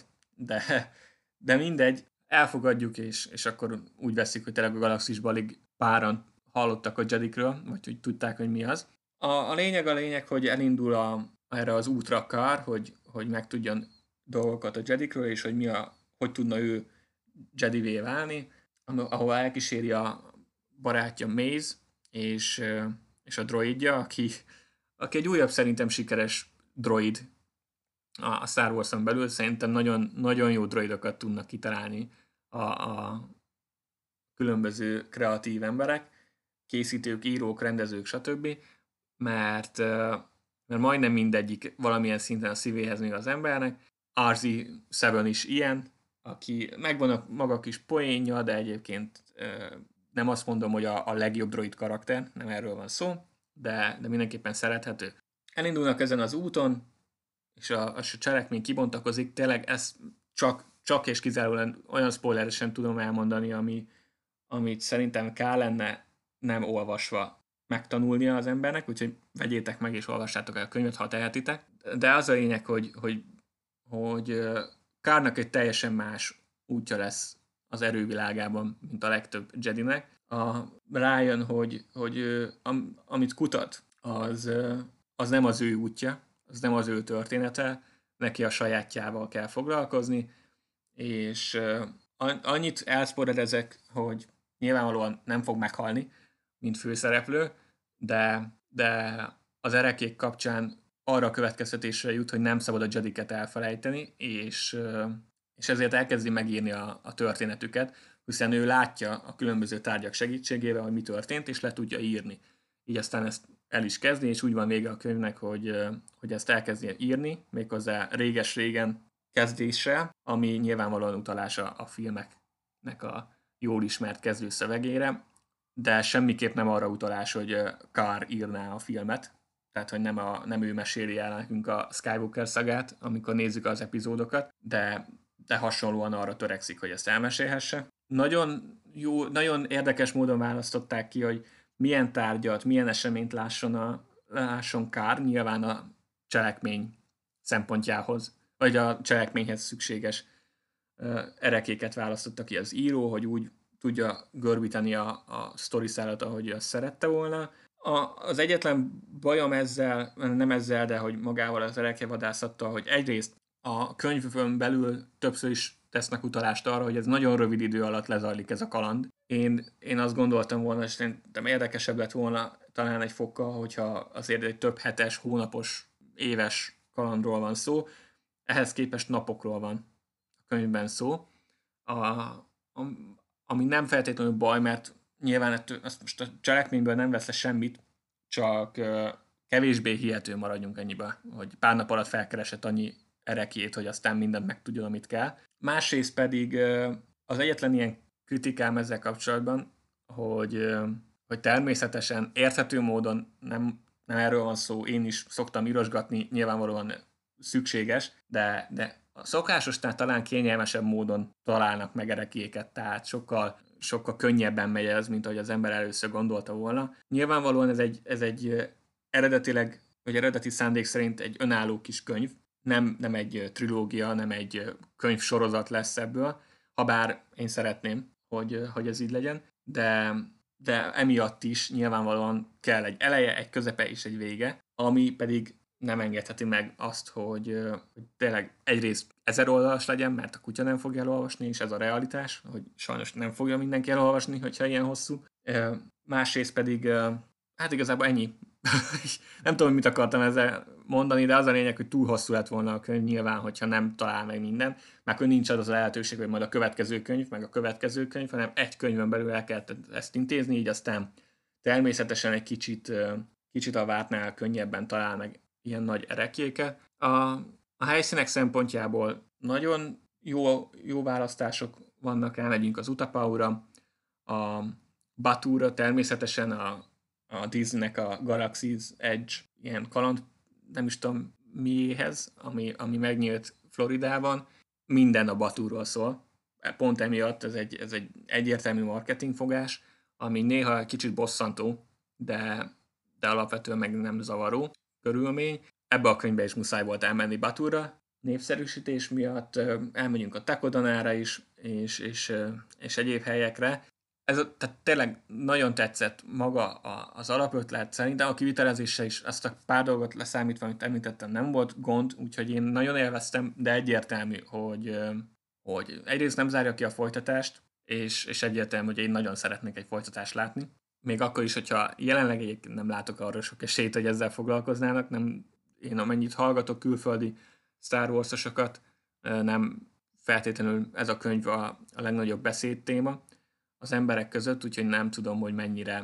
de mindegy, elfogadjuk, és akkor úgy veszik, hogy tényleg a galaxisban alig páran hallottak a Jedikről, vagy hogy tudták, hogy mi az. A lényeg, hogy elindul erre az útra Kár, hogy megtudjon dolgokat a Jedikről, és hogy tudna ő Jedivé válni, ahol elkíséri a barátja Maze, és a droidja, aki egy újabb szerintem sikeres droid a Star Wars-on belül. Szerintem nagyon, nagyon jó droidokat tudnak kitalálni a különböző kreatív emberek, készítők, írók, rendezők, stb. Mert majdnem mindegyik valamilyen szinten a szívéhez nő az embernek. RZ-7 is ilyen, aki megvan a maga kis poénja, de egyébként nem azt mondom, hogy a legjobb droid karakter, nem erről van szó, de mindenképpen szerethető. Elindulnak ezen az úton, és a cselekmény kibontakozik, tényleg ezt csak és kizárólag olyan spoileresen tudom elmondani, amit szerintem kell lenne nem olvasva megtanulnia az embernek, úgyhogy vegyétek meg és olvassátok el a könyvet, ha tehetitek. De az a lényeg, hogy Kárnak egy teljesen más útja lesz az erővilágában, mint a legtöbb Jedinek. Rájön, hogy amit kutat, az nem az ő útja, az nem az ő története, neki a sajátjával kell foglalkozni, és annyit elszpoilerezek, hogy nyilvánvalóan nem fog meghalni, mint főszereplő, de az erekék kapcsán arra a következtetésre jut, hogy nem szabad a Jediket elfelejteni, és ezért elkezdi megírni a történetüket, hiszen ő látja a különböző tárgyak segítségével, hogy mi történt, és le tudja írni. Így aztán ezt el is kezdi, és úgy van vége a könyvnek, hogy ezt elkezdi írni, méghozzá réges-régen kezdéssel, ami nyilvánvalóan utalása a filmeknek a jól ismert kezdőszövegére, de semmiképp nem arra utalás, hogy Kár írná a filmet, tehát hogy nem ő meséli el nekünk a Skywalker szagát, amikor nézzük az epizódokat, de hasonlóan arra törekszik, hogy ezt elmesélhesse. Nagyon jó, nagyon érdekes módon választották ki, hogy milyen tárgyat, milyen eseményt lásson Kár, nyilván a cselekmény szempontjához, vagy a cselekményhez szükséges erekéket választotta ki az író, hogy úgy tudja görbíteni a sztori szállat, ahogy azt szerette volna. Az egyetlen bajom ezzel, nem ezzel, de hogy magával az erekjevadászattal, hogy egyrészt a könyvön belül többször is tesznek utalást arra, hogy ez nagyon rövid idő alatt lezajlik ez a kaland. Én azt gondoltam volna, és szerintem érdekesebb lett volna talán egy fokkal, hogyha azért egy több hetes, hónapos, éves kalandról van szó. Ehhez képest napokról van a könyvben szó. Ami nem feltétlenül baj, mert nyilván azt most a cselekményből nem vesz le semmit, csak kevésbé hihető maradjunk ennyibe, hogy pár nap alatt felkeresett annyi erekjét, hogy aztán mindent megtudjon, amit kell. Másrészt pedig az egyetlen ilyen kritikám ezzel kapcsolatban, hogy természetesen érthető módon nem erről van szó, én is szoktam írosgatni, nyilvánvalóan szükséges, de a szokásosnál talán kényelmesebb módon találnak meg erekjéket, tehát sokkal könnyebben megy ez, mint ahogy az ember először gondolta volna. Nyilvánvalóan ez egy eredetileg, vagy eredeti szándék szerint egy önálló kis könyv, nem egy trilógia, nem egy könyvsorozat lesz ebből, habár én szeretném, hogy ez így legyen, de emiatt is nyilvánvalóan kell egy eleje, egy közepe és egy vége, ami pedig nem engedheti meg azt, hogy tényleg egyrészt 1000 oldalas legyen, mert a kutya nem fogja elolvasni, és ez a realitás, hogy sajnos nem fogja mindenki elolvasni, hogyha ilyen hosszú. Másrészt pedig, hát igazából ennyi. Nem tudom, mit akartam ezzel mondani, de az a lényeg, hogy túl hosszú lett volna a könyv nyilván, hogyha nem talál meg minden, mert akkor nincs az a lehetőség, hogy majd a következő könyv, meg a következő könyv, hanem egy könyvön belül el kell ezt intézni, így aztán természetesen egy kicsit a vártnál könnyebben talál meg ilyen nagy erekjéket. A helyszínek szempontjából nagyon jó választások vannak, elmegyünk az Utapaura, a Batúra, természetesen a Disneynek a Galaxy's Edge ilyen kaland, nem is tudom miéhez, ami megnyílt Floridában, minden a Batúról szól. Pont emiatt ez egy egyértelmű marketingfogás, ami néha kicsit bosszantó, de alapvetően meg nem zavaró körülmény. Ebbe a könyvbe is muszáj volt elmenni Batúra, népszerűsítés miatt, elmegyünk a Takodanára is, és egyéb helyekre. Tehát tényleg nagyon tetszett maga az alapötlet, szerintem a kivitelezése is, azt a pár dolgot leszámítva, amit említettem, nem volt gond, úgyhogy én nagyon élveztem, de egyértelmű, hogy egyrészt nem zárja ki a folytatást, és egyértelmű, hogy én nagyon szeretnék egy folytatást látni. Még akkor is, hogyha jelenleg egyébként nem látok arra sok esélyt, hogy ezzel foglalkoznának, én amennyit hallgatok külföldi Star Wars-osokat, nem feltétlenül ez a könyv a legnagyobb beszédtéma az emberek között, úgyhogy nem tudom, hogy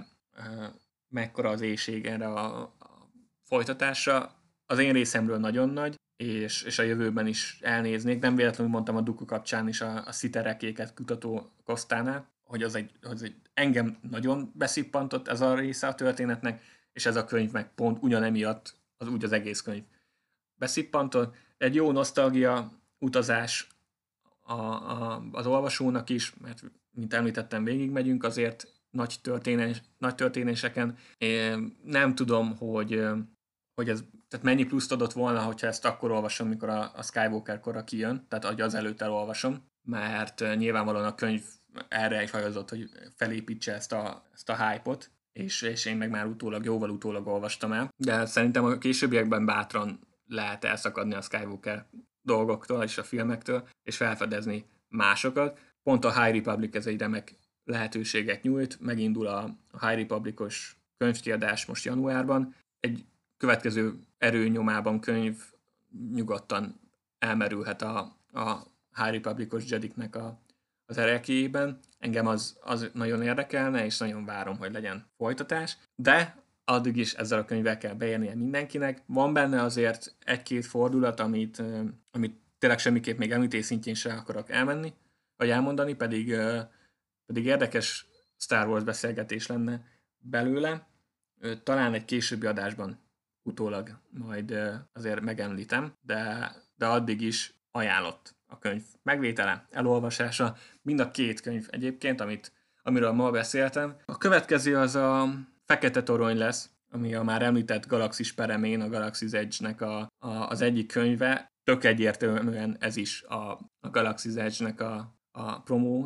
mekkora az éhség erre a folytatásra. Az én részemről nagyon nagy, és a jövőben is elnéznék. Nem véletlenül mondtam a Dooku kapcsán is a sziterekéket kutató Kostánál, hogy az egy engem nagyon beszippantott ez a része a történetnek, és ez a könyv meg pont ugyanemiatt az egész könyv beszippantott. Egy jó nosztalgia utazás az olvasónak is, mert mint említettem, végigmegyünk azért nagy történéseken. Én nem tudom, hogy ez tehát mennyi pluszt adott volna, hogyha ezt akkor olvasom, mikor a Skywalker kora kijön, tehát hogy az előtt elolvasom, mert nyilvánvalóan a könyv erre is hajozott, hogy felépítse ezt a hype-ot, és én meg már jóval utólag olvastam el, de szerintem a későbbiekben bátran lehet elszakadni a Skywalker dolgoktól és a filmektől, és felfedezni másokat. Pont a High Republic ez egy remek lehetőséget nyújt, megindul a High Republic-os könyvkiadás most januárban, egy következő erőnyomában könyv nyugodtan elmerülhet a High Republic-os Jediknek az erekjében. Engem az nagyon érdekelne, és nagyon várom, hogy legyen folytatás, de addig is ezzel a könyvvel kell beérnie mindenkinek. Van benne azért egy-két fordulat, amit tényleg semmiképp még említés szintjén se akarok elmondani, pedig érdekes Star Wars beszélgetés lenne belőle. Talán egy későbbi adásban utólag majd azért megemlítem, de addig is ajánlott a könyv megvétele, elolvasása, mind a két könyv egyébként, amiről ma beszéltem. A következő az a Fekete Torony lesz, ami a már említett Galaxis peremén, a Galaxy's Edge-nek az egyik könyve. Tök egyértelműen ez is a Galaxy's Edge-nek a promója,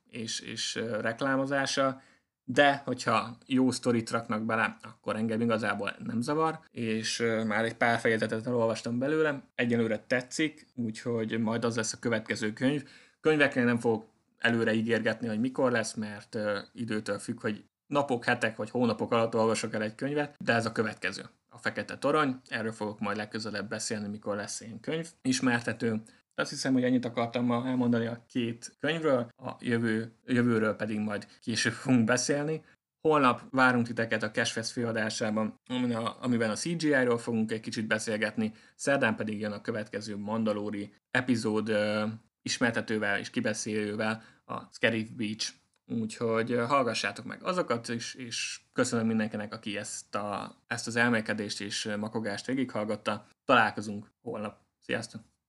és reklámozása, de hogyha jó sztorit raknak bele, akkor engem igazából nem zavar, és már egy pár fejezetet elolvastam belőle, egyelőre tetszik, úgyhogy majd az lesz a következő könyv. Könyveknél nem fogok előre ígérgetni, hogy mikor lesz, mert időtől függ, hogy napok, hetek vagy hónapok alatt olvasok el egy könyvet, de ez a következő. A Fekete Torony, erről fogok majd legközelebb beszélni, mikor lesz ilyen könyv ismertető. Azt hiszem, hogy ennyit akartam ma elmondani a két könyvről, a jövőről pedig majd később fogunk beszélni. Holnap várunk titeket a Cashfest főadásában, amiben a CGI-ról fogunk egy kicsit beszélgetni, szerdán pedig jön a következő Mandalori epizód ismertetővel és kibeszélővel, a Scarif Beach. Úgyhogy hallgassátok meg azokat is, és köszönöm mindenkinek, aki ezt az elmélkedést és makogást végighallgatta. Találkozunk holnap. Sziasztok!